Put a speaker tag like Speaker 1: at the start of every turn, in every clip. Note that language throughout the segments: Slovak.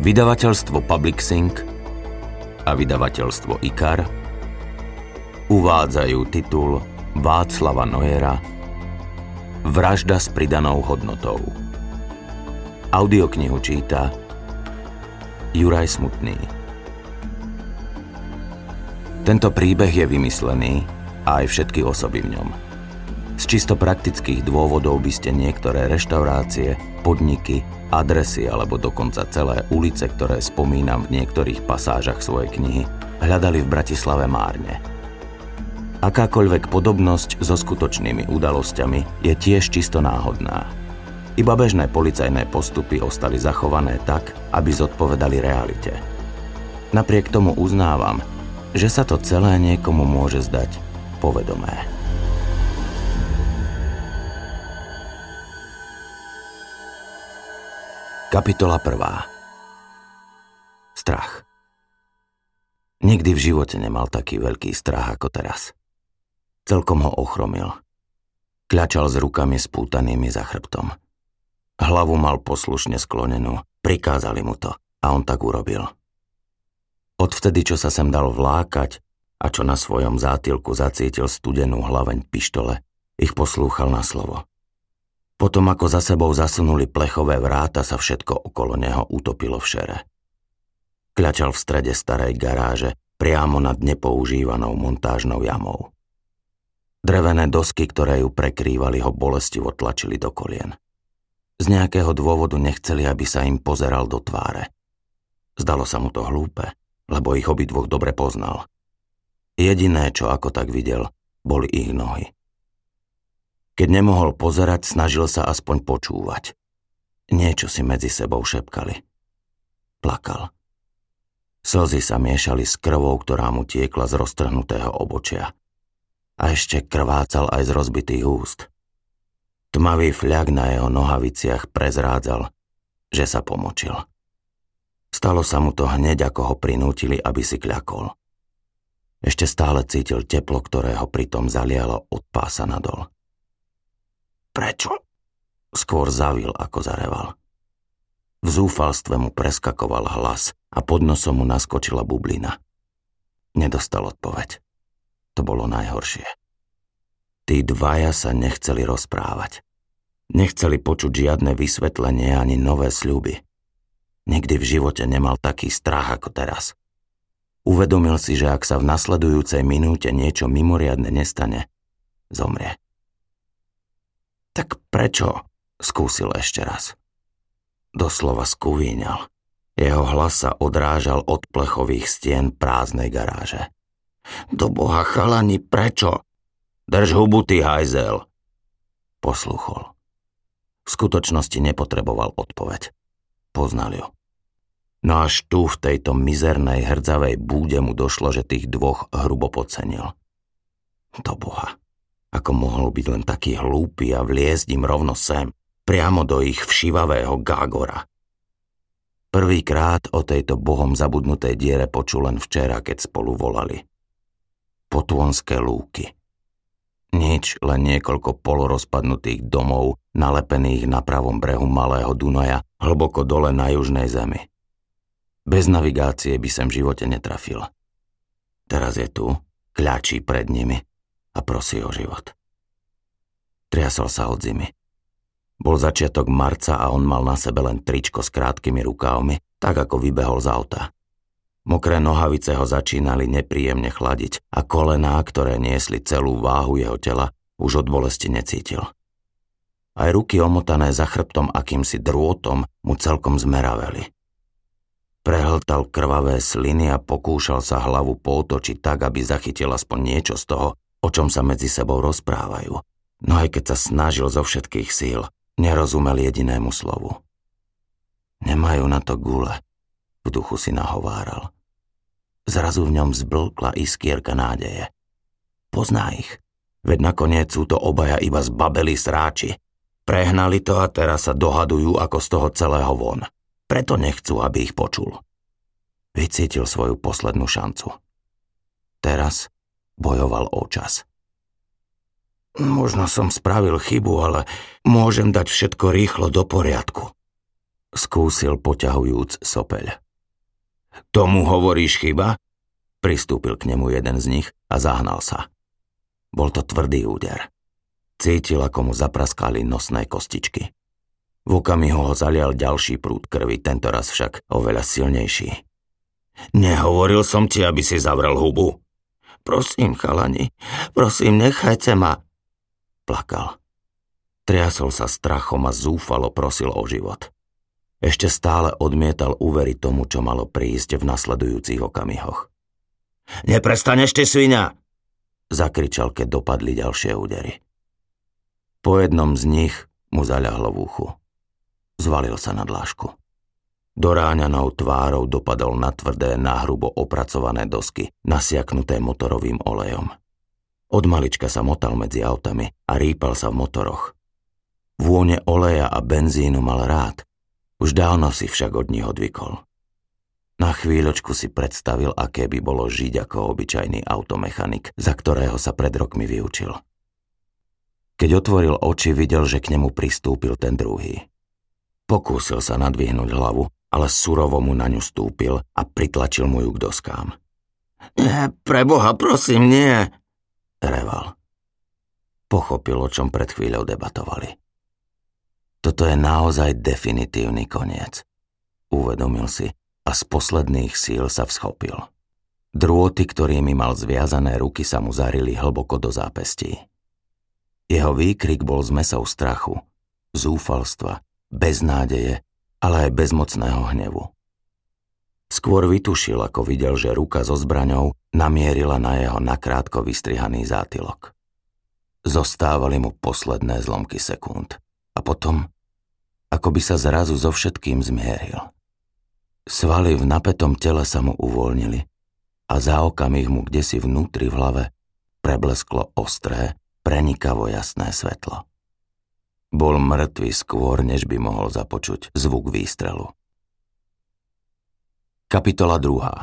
Speaker 1: Vydavateľstvo Publixing a vydavateľstvo IKAR uvádzajú titul Václava Neuera Vražda s pridanou hodnotou. Audioknihu číta Juraj Smutný. Tento príbeh je vymyslený a aj všetky osoby v ňom. Z čisto praktických dôvodov by ste niektoré reštaurácie, podniky, adresy alebo dokonca celé ulice, ktoré spomínam v niektorých pasážach svojej knihy, hľadali v Bratislave márne. Akákoľvek podobnosť so skutočnými udalosťami je tiež čisto náhodná. Iba bežné policajné postupy ostali zachované tak, aby zodpovedali realite. Napriek tomu uznávam, že sa to celé niekomu môže zdať povedomé. Kapitola 1. Strach. Nikdy v živote nemal taký veľký strach ako teraz. Celkom ho ochromil. Kľačal s rukami spútanými za chrbtom. Hlavu mal poslušne sklonenú, prikázali mu to a on tak urobil. Odvtedy, čo sa sem dal vlákať a čo na svojom zátylku zacítil studenú hlaveň pištole, ich poslúchal na slovo. Potom, ako za sebou zasunuli plechové vráta, sa všetko okolo neho utopilo v šere. Kľačal v strede starej garáže, priamo nad nepoužívanou montážnou jamou. Drevené dosky, ktoré ju prekrývali, ho bolestivo tlačili do kolien. Z nejakého dôvodu nechceli, aby sa im pozeral do tváre. Zdalo sa mu to hlúpe, lebo ich obidvoch dobre poznal. Jediné, čo ako tak videl, boli ich nohy. Keď nemohol pozerať, snažil sa aspoň počúvať. Niečo si medzi sebou šepkali. Plakal. Slzy sa miešali s krvou, ktorá mu tiekla z roztrhnutého obočia. A ešte krvácal aj z rozbitých úst. Tmavý fľak na jeho nohaviciach prezrádzal, že sa pomočil. Stalo sa mu to hneď, ako ho prinútili, aby si kľakol. Ešte stále cítil teplo, ktoré ho pritom zalialo od pása nadol. Prečo? Skôr zavil, ako zareval. V zúfalstve mu preskakoval hlas a pod nosom mu naskočila bublina. Nedostal odpoveď. To bolo najhoršie. Tí dvaja sa nechceli rozprávať. Nechceli počuť žiadne vysvetlenie ani nové sľuby. Nikdy v živote nemal taký strach ako teraz. Uvedomil si, že ak sa v nasledujúcej minúte niečo mimoriadne nestane, zomrie. Tak prečo? Skúsil ešte raz. Doslova skúvíňal. Jeho hlas sa odrážal od plechových stien prázdnej garáže. Do Boha, chalani, prečo? Drž hubu, ty hajzel. Posluchol. V skutočnosti nepotreboval odpoveď. Poznal ju. No až tu, v tejto mizernej hrdzavej búde mu došlo, že tých dvoch hrubo podcenil. Do Boha. Ako mohol byť len taký hlúpy a vliezť im rovno sem, priamo do ich všivavého gágora. Prvýkrát o tejto bohom zabudnutej diere počul len včera, keď spolu volali. Potônske lúky. Nič, len niekoľko polorozpadnutých domov, nalepených na pravom brehu malého Dunaja, hlboko dole na južnej zemi. Bez navigácie by sem v živote netrafil. Teraz je tu, kľačí pred nimi a prosí o život. Triasol sa od zimy. Bol začiatok marca a on mal na sebe len tričko s krátkými rukávmi, tak ako vybehol z auta. Mokré nohavice ho začínali nepríjemne chladiť a kolená, ktoré niesli celú váhu jeho tela, už od bolesti necítil. Aj ruky omotané za chrbtom akýmsi drôtom mu celkom zmeraveli. Prehltal krvavé sliny a pokúšal sa hlavu pootočiť tak, aby zachytil aspoň niečo z toho, o čom sa medzi sebou rozprávajú. No aj keď sa snažil zo všetkých síl, nerozumel jedinému slovu. Nemajú na to gule, v duchu si nahováral. Zrazu v ňom zblkla iskierka nádeje. Pozná ich, veď nakoniec sú to obaja iba zbabelí sráči. Prehnali to a teraz sa dohadujú, ako z toho celého von. Preto nechcú, aby ich počul. Vycítil svoju poslednú šancu. Teraz bojoval o čas. Možno som spravil chybu, ale môžem dať všetko rýchlo do poriadku. Skúsil poťahujúc sopeľ. Tomu hovoríš chyba? Pristúpil k nemu jeden z nich a zahnal sa. Bol to tvrdý úder. Cítil, ako mu zapraskali nosné kostičky. V okamihu ho zalial ďalší prúd krvi, tentoraz však oveľa silnejší. Nehovoril som ti, aby si zavrel hubu. Prosím, chalani, prosím, nechajte ma. Plakal. Triasol sa strachom a zúfalo prosil o život. Ešte stále odmietal uveriť tomu, čo malo prísť v nasledujúcich okamihoch. Neprestaneš, ty sviňa! Zakričal, keď dopadli ďalšie údery. Po jednom z nich mu zaľahlo v uchu. Zvalil sa na dlášku. Doráňanou tvárou dopadol na tvrdé, nahrubo opracované dosky, nasiaknuté motorovým olejom. Od malička sa motal medzi autami a rýpal sa v motoroch. Vône oleja a benzínu mal rád, už dávno si však od nich odvykol. Na chvíľočku si predstavil, aké by bolo žiť ako obyčajný automechanik, za ktorého sa pred rokmi vyučil. Keď otvoril oči, videl, že k nemu pristúpil ten druhý. Pokúsil sa nadvihnúť hlavu, ale surovo mu na ňu stúpil a pritlačil mu ju k doskám. Nie, preboha, prosím, nie, reval. Pochopil, o čom pred chvíľou debatovali. Toto je naozaj definitívny koniec, uvedomil si a z posledných síl sa vschopil. Drôty, ktorými mal zviazané ruky, sa mu zarili hlboko do zápestí. Jeho výkrik bol zmesou strachu, zúfalstva, beznádeje, ale aj bezmocného hnevu. Skôr vytušil, ako videl, že ruka so zbraňou namierila na jeho nakrátko vystrihaný zátylok. Zostávali mu posledné zlomky sekúnd. A potom, ako by sa zrazu so všetkým zmieril. Svaly v napätom tele sa mu uvoľnili a za okamih mu kdesi vnútri v hlave preblesklo ostré, prenikavo jasné svetlo. Bol mŕtvy skôr, než by mohol započuť zvuk výstrelu. Kapitola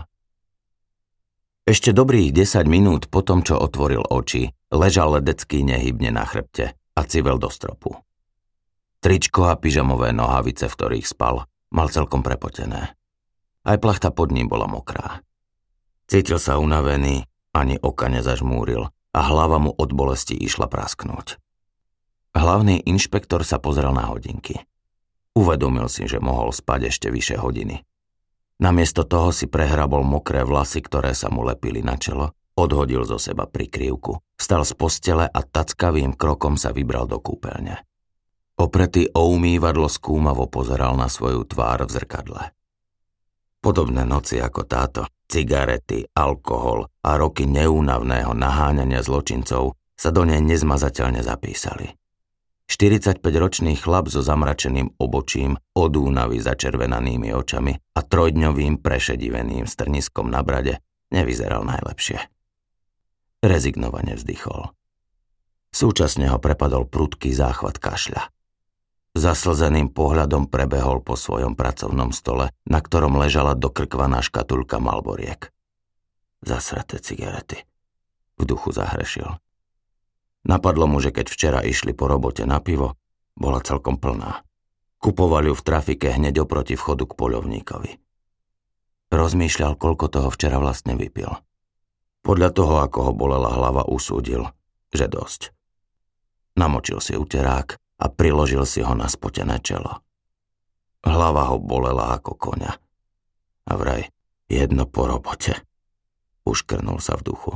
Speaker 1: 2. Ešte dobrých 10 minút po tom, čo otvoril oči, ležal ledecký nehybne na chrbte a civel do stropu. Tričko a pyžamové nohavice, v ktorých spal, mal celkom prepotené. Aj plachta pod ním bola mokrá. Cítil sa unavený, ani oka nezažmúril a hlava mu od bolesti išla prasknúť. Hlavný inšpektor sa pozrel na hodinky. Uvedomil si, že mohol spať ešte vyše hodiny. Namiesto toho si prehrabol mokré vlasy, ktoré sa mu lepili na čelo, odhodil zo seba prikryvku, vstal z postele a tackavým krokom sa vybral do kúpeľne. Opretý o umývadlo skúmavo pozeral na svoju tvár v zrkadle. Podobné noci ako táto, cigarety, alkohol a roky neúnavného naháňania zločincov sa do nej nezmazateľne zapísali. 45-ročný chlap so zamračeným obočím, od únavy začervenanými očami a trojdňovým prešediveným strniskom na brade nevyzeral najlepšie. Rezignovane vzdychol. Súčasne ho prepadol prudký záchvat kašľa. Zaslzeným pohľadom prebehol po svojom pracovnom stole, na ktorom ležala dokrkvaná škatulka Marlboriek. Zasraté cigarety. V duchu zahrešil. Napadlo mu, že keď včera išli po robote na pivo, bola celkom plná. Kupoval ju v trafike hneď oproti vchodu k poľovníkovi. Rozmýšľal, koľko toho včera vlastne vypil. Podľa toho, ako ho bolela hlava, usúdil, že dosť. Namočil si uterák a priložil si ho na spotené čelo. Hlava ho bolela ako koňa. A vraj, jedno po robote. Uškrnul sa v duchu.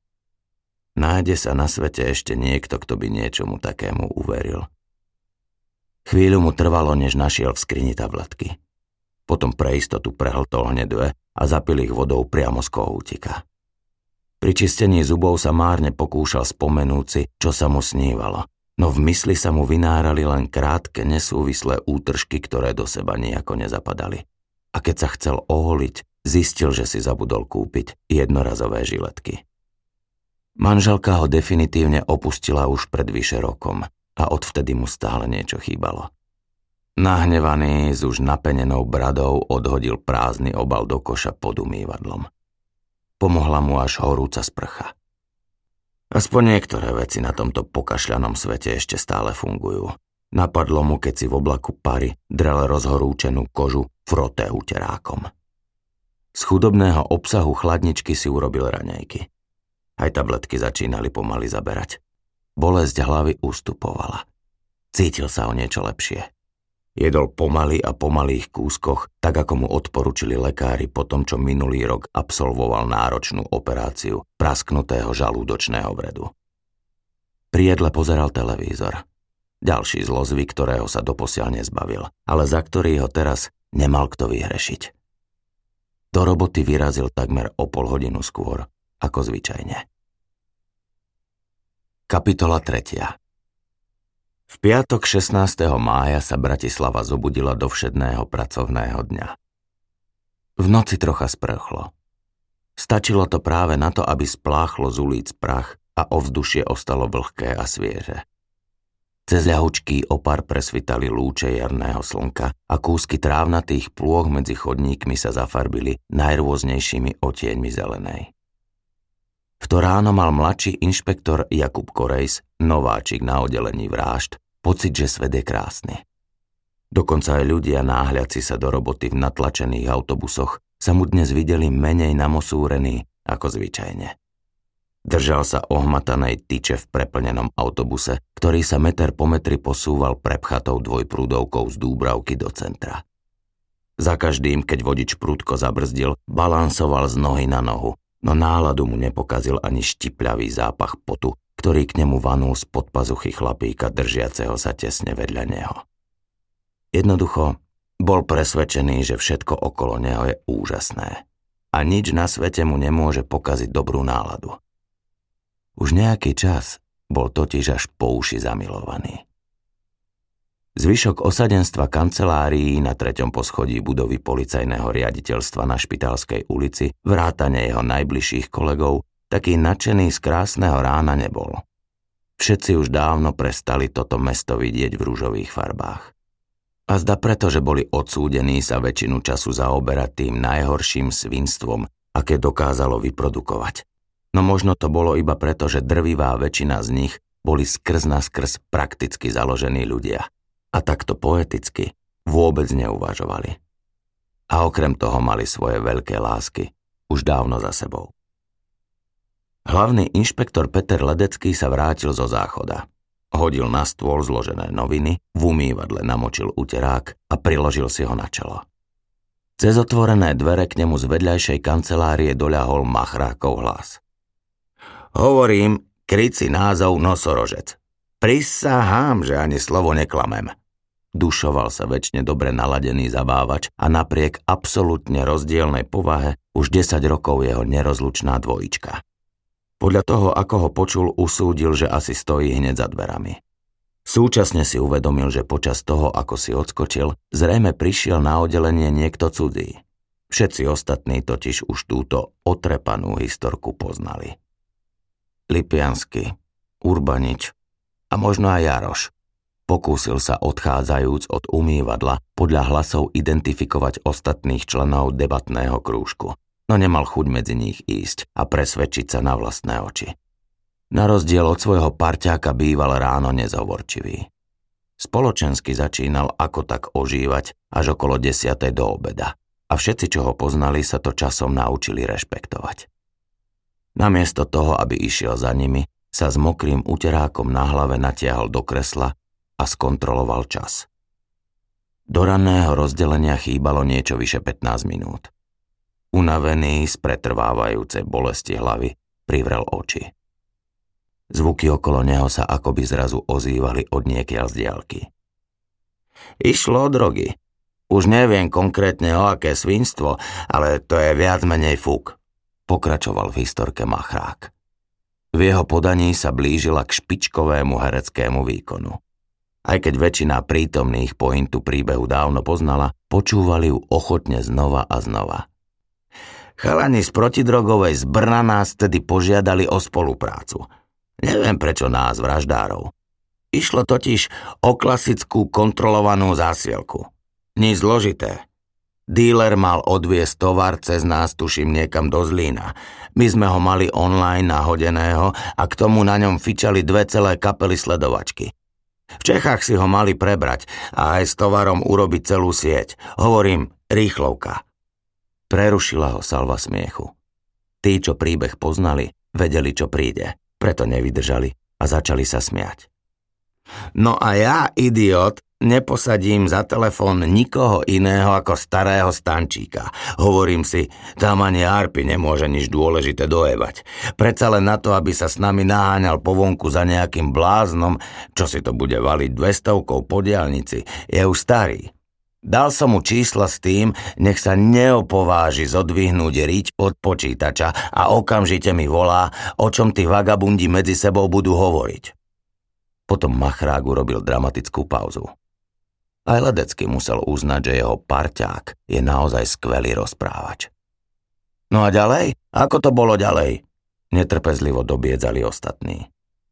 Speaker 1: Nájde sa na svete ešte niekto, kto by niečomu takému uveril. Chvíľu mu trvalo, než našiel v skrini tabletky. Potom pre istotu prehltol hneď dve a zapil ich vodou priamo z kohútika. Pri čistení zubov sa márne pokúšal spomenúť si, čo sa mu snívalo, no v mysli sa mu vynárali len krátke, nesúvislé útržky, ktoré do seba nejako nezapadali. A keď sa chcel oholiť, zistil, že si zabudol kúpiť jednorazové žiletky. Manželka ho definitívne opustila už pred vyše rokom a odvtedy mu stále niečo chýbalo. Nahnevaný, s už napenenou bradou odhodil prázdny obal do koša pod umývadlom. Pomohla mu až horúca sprcha. Aspoň niektoré veci na tomto pokašľanom svete ešte stále fungujú, Napadlo mu, keď si v oblaku pary drel rozhorúčenú kožu froté uterákom. Z chudobného obsahu chladničky si urobil raňajky. Aj tabletky začínali pomaly zaberať. Bolesť hlavy ustupovala. Cítil sa o niečo lepšie. Jedol pomaly a po malých kúskoch, tak ako mu odporučili lekári po tom, čo minulý rok absolvoval náročnú operáciu prasknutého žalúdočného vredu. Pri jedle pozeral televízor. Ďalší zlozvyk, ktorého sa doposiaľ nezbavil, ale za ktorý ho teraz nemal kto vyhrešiť. Do roboty vyrazil takmer o pol hodinu skôr, ako zvyčajne. Kapitola 3. V piatok 16. mája sa Bratislava zobudila do všedného pracovného dňa. V noci trocha sprchlo. Stačilo to práve na to, aby spláchlo z ulic prach a ovzdušie ostalo vlhké a svieže. Cez ľahučký opar presvitali lúče jarného slnka a kúsky trávnatých plôch medzi chodníkmi sa zafarbili najrôznejšími odtieňmi zelenej. V to ráno mal mladší inšpektor Jakub Korejs, nováčik na oddelení vrážd, pocit, že svet je krásny. Dokonca aj ľudia náhľaci sa do roboty v natlačených autobusoch sa mu dnes videli menej namosúrení ako zvyčajne. Držal sa ohmatanej tyče v preplnenom autobuse, ktorý sa meter po metri posúval prepchatou dvojprúdovkou z Dúbravky do centra. Za každým, keď vodič prudko zabrzdil, balansoval z nohy na nohu, no náladu mu nepokazil ani štipľavý zápach potu, ktorý k nemu vanul spod pazuchy chlapíka držiaceho sa tesne vedľa neho. Jednoducho bol presvedčený, že všetko okolo neho je úžasné a nič na svete mu nemôže pokaziť dobrú náladu. Už nejaký čas bol totiž až po uši zamilovaný. Zvyšok osadenstva kancelárií na 3. poschodí budovy policajného riaditeľstva na Špitálskej ulici, vrátane jeho najbližších kolegov, taký nadšený z krásneho rána nebol. Všetci už dávno prestali toto mesto vidieť v ružových farbách. A zda preto, že boli odsúdení sa väčšinu času zaoberať tým najhorším svinstvom, aké dokázalo vyprodukovať. No možno to bolo iba preto, že drvivá väčšina z nich boli skrz na skrz prakticky založení ľudia. A takto poeticky vôbec neuvažovali. A okrem toho mali svoje veľké lásky už dávno za sebou. Hlavný inšpektor Peter Ledecký sa vrátil zo záchoda. Hodil na stôl zložené noviny, v umývadle namočil uterák a priložil si ho na čelo. Cez otvorené dvere k nemu z vedľajšej kancelárie doľahol Machrákov hlas. Hovorím, krycí názov nosorožec. Prisahám, že ani slovo neklamem. Dušoval sa večne dobre naladený zabávač a napriek absolútne rozdielnej povahe už 10 rokov jeho nerozlučná dvojička. Podľa toho, ako ho počul, usúdil, že asi stojí hneď za dverami. Súčasne si uvedomil, že počas toho, ako si odskočil, zrejme prišiel na oddelenie niekto cudzí. Všetci ostatní totiž už túto otrepanú historku poznali. Lipiansky, Urbanič a možno aj Jaroš. Pokúsil sa odchádzajúc od umývadla podľa hlasov identifikovať ostatných členov debatného krúžku, no nemal chuť medzi nich ísť a presvedčiť sa na vlastné oči. Na rozdiel od svojho parťáka býval ráno nezhovorčivý. Spoločensky začínal ako tak ožívať až okolo 10. do obeda a všetci, čo ho poznali, sa to časom naučili rešpektovať. Namiesto toho, aby išiel za nimi, sa s mokrým uterákom na hlave natiahol do kresla a skontroloval čas. Do ranného rozdelenia chýbalo niečo vyše 15 minút. Unavený z pretrvávajúcej bolesti hlavy privrel oči. Zvuky okolo neho sa akoby zrazu ozývali odniekiaľ z diaľky. Išlo o drogy. Už neviem konkrétne o aké svinstvo, ale to je viac menej fúk. Pokračoval v historke Machrák. V jeho podaní sa blížila k špičkovému hereckému výkonu. Aj keď väčšina prítomných pointu príbehu dávno poznala, počúvali ju ochotne znova a znova. Chalani z protidrogovej z Brna nás tedy požiadali o spoluprácu. Neviem prečo nás, vraždárov. Išlo totiž o klasickú kontrolovanú zásielku. Nič zložité. Díler mal odviesť tovar cez nás, tuším, niekam do Zlína. My sme ho mali online nahodeného a k tomu na ňom fičali 2 celé kapely sledovačky. V Čechách si ho mali prebrať a aj s tovarom urobiť celú sieť. Hovorím, rýchlovka. Prerušila ho salva smiechu. Tí, čo príbeh poznali, vedeli, čo príde, preto nevydržali a začali sa smiať. No a ja, idiot, neposadím za telefón nikoho iného ako starého Stančíka. Hovorím si, tam ani Arpi nemôže nič dôležité dojebať. Predsa len na to, aby sa s nami naháňal po vonku za nejakým bláznom, čo si to bude valiť 200 po diaľnici, je už starý. Dal som mu čísla s tým, nech sa neopováži zodvihnúť riť od počítača a okamžite mi volá, o čom tí vagabundi medzi sebou budú hovoriť. Potom Machrák urobil dramatickú pauzu. Aj Ledecký musel uznať, že jeho parťák je naozaj skvelý rozprávač. No a ďalej? Ako to bolo ďalej? Netrpezlivo dobiedzali ostatní.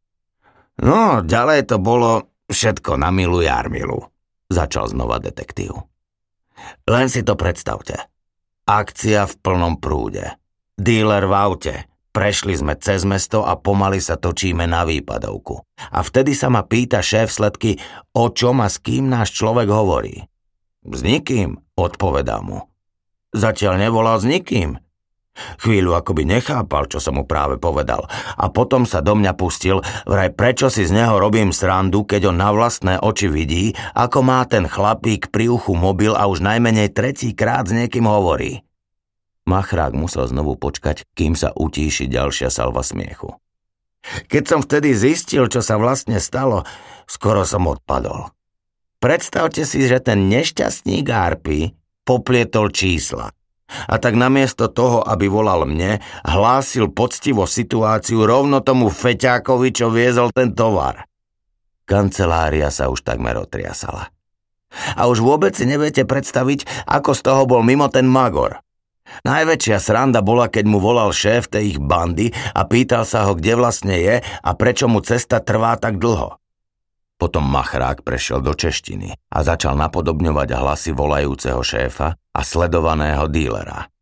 Speaker 1: No, ďalej to bolo všetko na milu Jarmilu, začal znova detektív. Len si to predstavte. Akcia v plnom prúde. Díler v aute. Prešli sme cez mesto a pomaly sa točíme na výpadovku. A vtedy sa ma pýta šéf sledky, o čom a s kým náš človek hovorí. S nikým, odpovedá mu. Zatiaľ nevolal s nikým. Chvíľu akoby nechápal, čo som mu práve povedal. A potom sa do mňa pustil, vraj prečo si z neho robím srandu, keď on na vlastné oči vidí, ako má ten chlapík pri uchu mobil a už najmenej 3. krát s niekým hovorí. Machrák musel znovu počkať, kým sa utíši ďalšia salva smiechu. Keď som vtedy zistil, čo sa vlastne stalo, skoro som odpadol. Predstavte si, že ten nešťastník Arpi poplietol čísla. A tak namiesto toho, aby volal mne, hlásil poctivo situáciu rovno tomu feťákovi, čo viezol ten tovar. Kancelária sa už takmer otriasala. A už vôbec si neviete predstaviť, ako z toho bol mimo ten Magor. Najväčšia sranda bola, keď mu volal šéf tej ich bandy a pýtal sa ho, kde vlastne je a prečo mu cesta trvá tak dlho. Potom Machrák prešiel do češtiny a začal napodobňovať hlasy volajúceho šéfa a sledovaného dílera.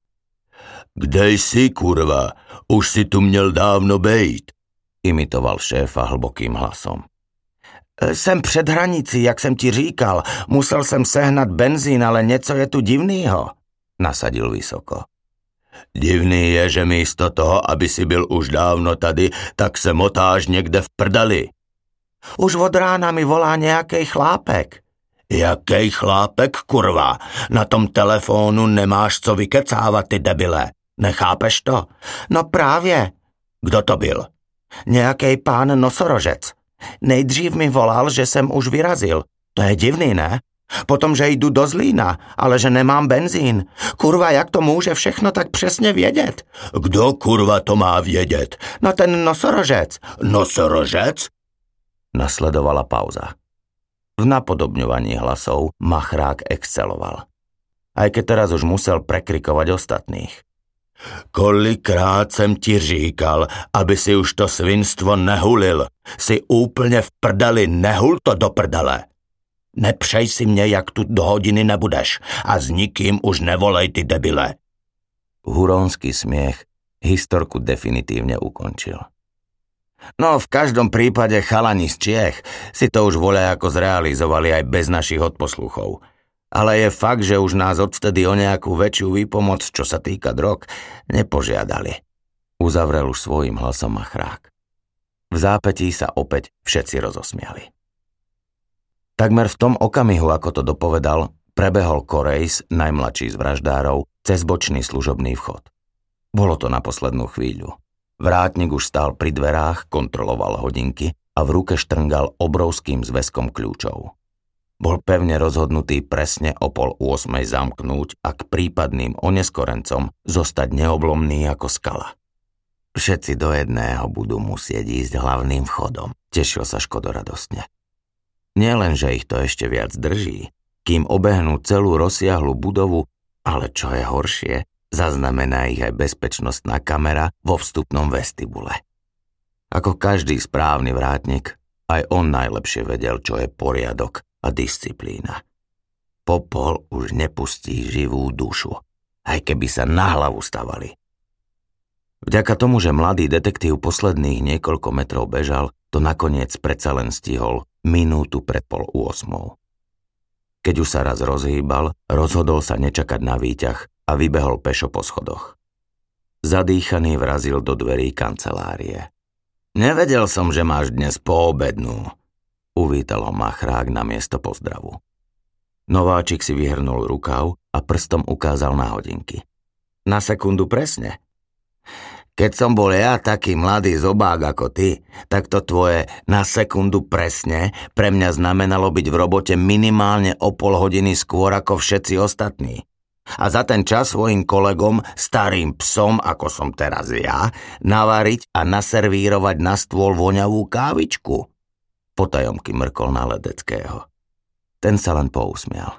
Speaker 1: Kde si, kurva? Už si tu měl dávno bejt, imitoval šéfa hlbokým hlasom. Jsem před hranicí, jak jsem ti říkal. Musel jsem sehnat benzín, ale něco je tu divnýho, nasadil vysoko. Divný je, že místo toho, aby si byl už dávno tady, tak se motáš někde v prdeli. Už od rána mi volá nějakej chlápek. Jakej chlápek, kurva? Na tom telefonu nemáš co vykecávat, ty debile. Nechápeš to? No právě. Kdo to byl? Nějakej pán nosorožec. Nejdřív mi volal, že jsem už vyrazil. To je divný, ne? Potom, že jdu do Zlína, ale že nemám benzín. Kurva, jak to může všechno tak přesně vědět? Kdo, kurva, to má vědět? No ten nosorožec. Nosorožec? Nasledovala pauza. V napodobňovaní hlasov Machrák exceloval. Aj keď teraz už musel prekrikovať ostatných. Kolikrát jsem ti říkal, aby si už to svinstvo nehulil. Si úplně v prdeli, nehul to do prdele. Nepřej si mě, jak tu do hodiny nebudeš a s nikým už nevolej, ty debile. Huronský smiech historku definitívne ukončil. No, v každom prípade chalani z Čiech si to už voľajako zrealizovali aj bez našich odposluchov. Ale je fakt, že už nás odvtedy o nejakú väčšiu výpomoc, čo sa týka drog, nepožiadali. Uzavrel už svojím hlasom Machrák. V zápätí sa opäť všetci rozosmiali. Takmer v tom okamihu, ako to dopovedal, prebehol Korejs, najmladší z vraždárov, cez bočný služobný vchod. Bolo to na poslednú chvíľu. Vrátnik už stál pri dverách, kontroloval hodinky a v ruke štrngal obrovským zväzkom kľúčov. Bol pevne rozhodnutý presne o 7:30 zamknúť a k prípadným oneskorencom zostať neoblomný ako skala. Všetci do jedného budú musieť ísť hlavným vchodom, tešil sa Škodo radostne. Nielen, že ich to ešte viac drží, kým obehnú celú rozsiahlu budovu, ale čo je horšie, zaznamená ich aj bezpečnostná kamera vo vstupnom vestibule. Ako každý správny vrátnik, aj on najlepšie vedel, čo je poriadok a disciplína. Popol už nepustí živú dušu, aj keby sa na hlavu stavali. Vďaka tomu, že mladý detektív posledných niekoľko metrov bežal, to nakoniec predsa len stihol minútu pred 7:30. Keď už sa raz rozhýbal, rozhodol sa nečakať na výťah a vybehol pešo po schodoch. Zadýchaný vrazil do dverí kancelárie. Nevedel som, že máš dnes poobednú, uvítal ho machrák na miesto pozdravu. Nováčik si vyhrnul rukav a prstom ukázal na hodinky. Na sekundu presne. Keď som bol ja taký mladý zobák ako ty, tak to tvoje na sekundu presne pre mňa znamenalo byť v robote minimálne o 0,5 hodiny skôr ako všetci ostatní. A za ten čas svojim kolegom, starým psom, ako som teraz ja, navariť a naservírovať na stôl voňavú kávičku. Potajomky mrkol na Ledeckého. Ten sa len pousmial.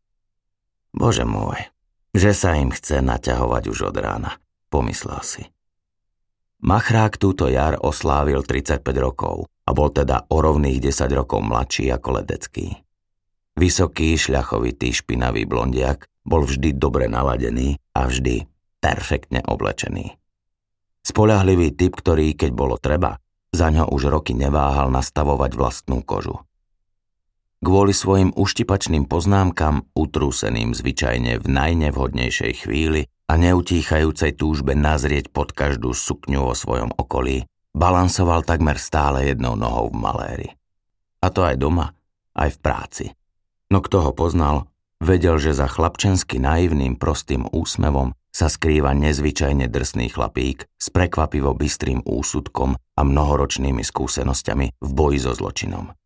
Speaker 1: Bože môj, že sa im chce naťahovať už od rána, pomyslel si. Machrák túto jar oslávil 35 rokov a bol teda o rovných 10 rokov mladší ako Ledecký. Vysoký, šľachovitý, špinavý blondiak bol vždy dobre naladený a vždy perfektne oblečený. Spoľahlivý typ, ktorý, keď bolo treba, zaňho už roky neváhal nastavovať vlastnú kožu. Kvôli svojim uštipačným poznámkam, utrúseným zvyčajne v najnevhodnejšej chvíli a neutíchajúcej túžbe nazrieť pod každú sukňu vo svojom okolí, balansoval takmer stále jednou nohou v maléri. A to aj doma, aj v práci. No kto ho poznal, vedel, že za chlapčensky naivným prostým úsmevom sa skrýva nezvyčajne drsný chlapík s prekvapivo bystrým úsudkom a mnohoročnými skúsenosťami v boji so zločinom.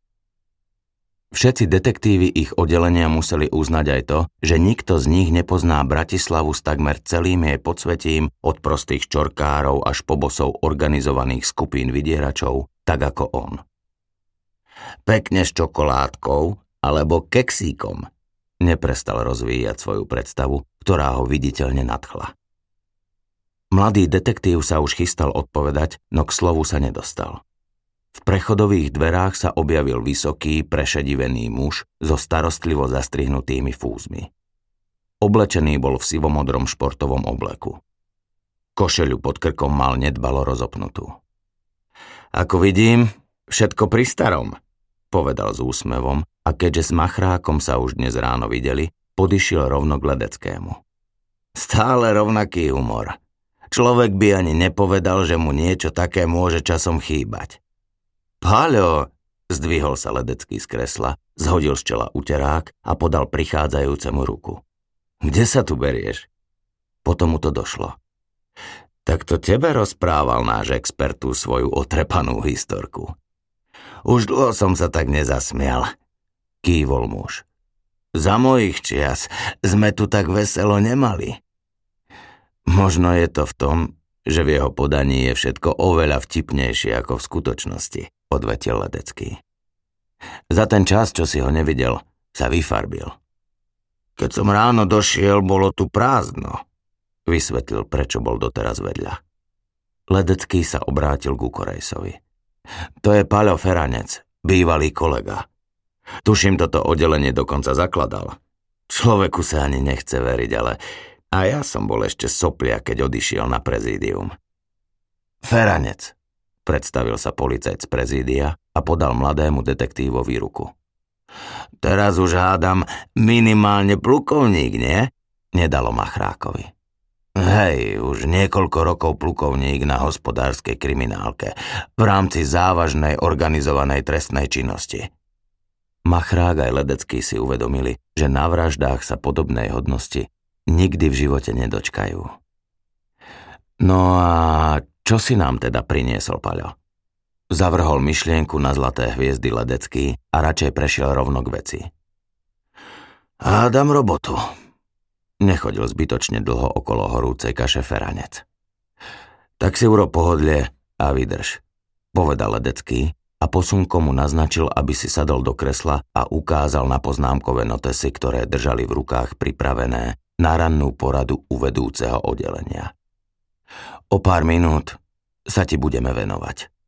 Speaker 1: Všetci detektívy ich oddelenia museli uznať aj to, že nikto z nich nepozná Bratislavu s takmer celým jej podsvetím od prostých čorkárov až po bosov organizovaných skupín vydieračov, tak ako on. Pekne s čokoládkou alebo keksíkom, neprestal rozvíjať svoju predstavu, ktorá ho viditeľne nadchla. Mladý detektív sa už chystal odpovedať, no k slovu sa nedostal. V prechodových dverách sa objavil vysoký, prešedivený muž so starostlivo zastrihnutými fúzmi. Oblečený bol v sivomodrom športovom obleku. Košeľu pod krkom mal nedbalo rozopnutú. Ako vidím, všetko pri starom, povedal s úsmevom a keďže s Machrákom sa už dnes ráno videli, podišiel rovno k Ledeckému. Stále rovnaký humor. Človek by ani nepovedal, že mu niečo také môže časom chýbať. Paľo, zdvihol sa Ledecký z kresla, zhodil z čela uterák a podal prichádzajúcemu ruku. Kde sa tu berieš? Potom mu to došlo. Tak to tebe rozprával náš expert tú svoju otrepanú historku. Už dlho som sa tak nezasmial, kývol muž. Za mojich čias sme tu tak veselo nemali. Možno je to v tom, že v jeho podaní je všetko oveľa vtipnejšie ako v skutočnosti, odvetil Ledecký. Za ten čas, čo si ho nevidel, sa vyfarbil. Keď som ráno došiel, bolo tu prázdno, vysvetlil, prečo bol doteraz vedľa. Ledecký sa obrátil ku Korejsovi. To je Paľo Feranec, bývalý kolega. Tuším, toto oddelenie dokonca zakladal. Človeku sa ani nechce veriť, ale a ja som bol ešte soplia, keď odišiel na prezídium. Feranec, predstavil sa policajt z prezídia a podal mladému detektívovi ruku. Teraz už hádam minimálne plukovník, nie? Nedalo Machrákovi. Hej, už niekoľko rokov plukovník na hospodárskej kriminálke v rámci závažnej organizovanej trestnej činnosti. Machrák aj Ledecký si uvedomili, že na vraždách sa podobnej hodnosti nikdy v živote nedočkajú. No a čo si nám teda priniesol Paľo? Zavrhol myšlienku na zlaté hviezdy Ledecký a radšej prešiel rovno k veci. Hádam robotu. Nechodil zbytočne dlho okolo horúcej kaše Feranec. Tak si urob pohodlie a vydrž, povedal Ledecký a posunkom mu naznačil, aby si sadol do kresla a ukázal na poznámkové notesy, ktoré držali v rukách pripravené na rannú poradu u vedúceho oddelenia. O pár minút sa ti budeme venovať.